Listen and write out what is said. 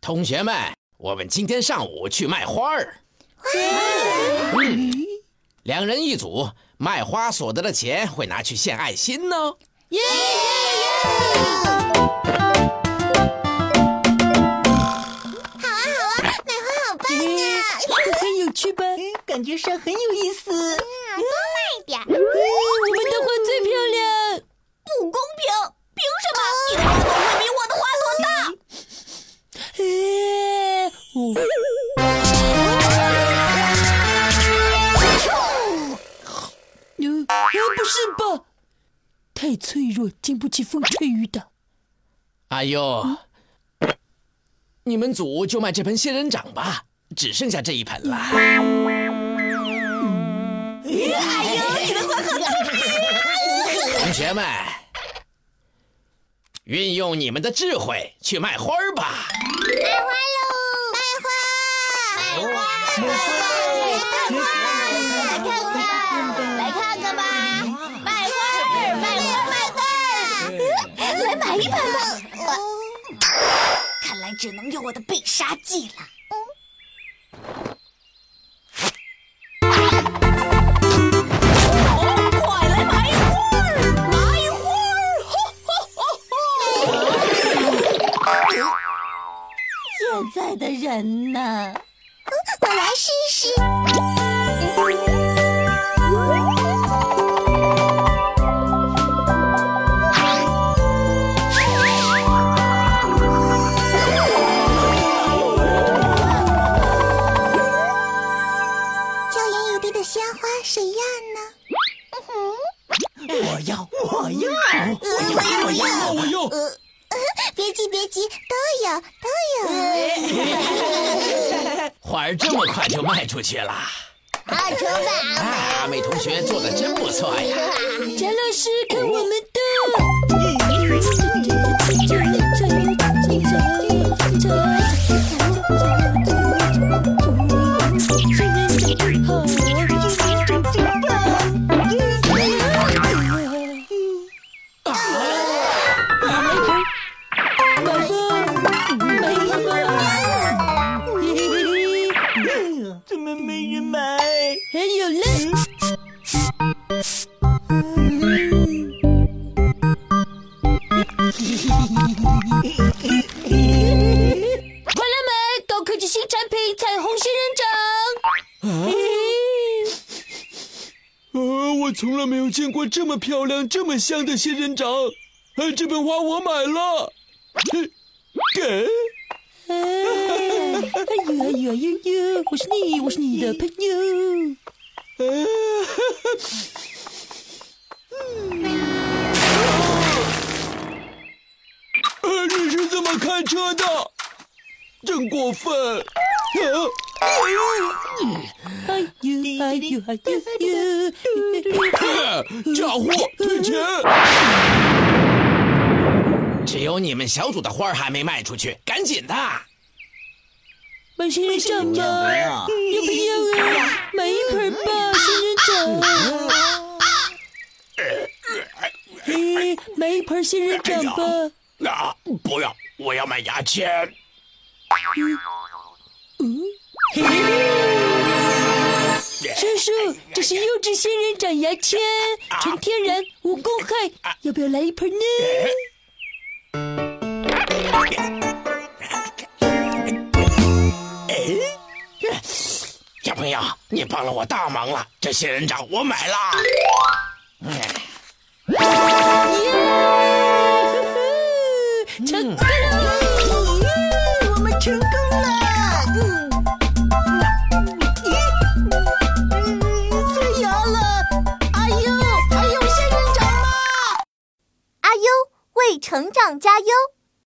同学们，我们今天上午去卖花儿。2人一组，卖花所得的钱会拿去献爱心哦。 耶！ 好啊，买花好棒呀！ 很有趣吧？ 感觉上很有意思。 多卖点。 我们的花最漂亮。 不公平！凭什么你的花朵会比我的花朵大？ 不是吧？太脆弱，经不起风吹雨打。 哎呦，你们组就卖这盆仙人掌吧，只剩下这一盆了。 哎呦，你的花好大！ 同学们，运用你们的智慧去卖花儿吧。 卖花喽！卖花！卖花！ 来看看吧！卖花！来买一盆吧！看来只能用我的必杀技了。 现在的人呢？ 我来试试。娇艳欲滴的鲜花，谁要呢？ 我要！ 别急，都有。 花儿这么快就卖出去了。 好，重来。 阿美同学做的真不错呀。 詹老师，看我们的。 怎么没人买？ 还有了。快来买高科技新产品彩虹仙人掌！ 我从来没有见过这么漂亮、这么香的仙人掌。这盆花我买了。给。 哎呦！我是你的朋友。 你是怎么开车的？真过分！家伙，退钱！ 只有你们小组的花儿还没卖出去，赶紧的！ 买仙人掌吧，要不要啊？买一盆吧，仙人掌。买一盆仙人掌吧。 不要，我要买牙签。 叔叔，这是优质仙人掌牙签，纯天然，无公害，要不要来一盆呢？ 小朋友，你帮了我大忙了，这仙人掌我买了。 成功了！ 我们成功了！最摇了！阿优，还有仙人掌吗？ 阿优为成长加油。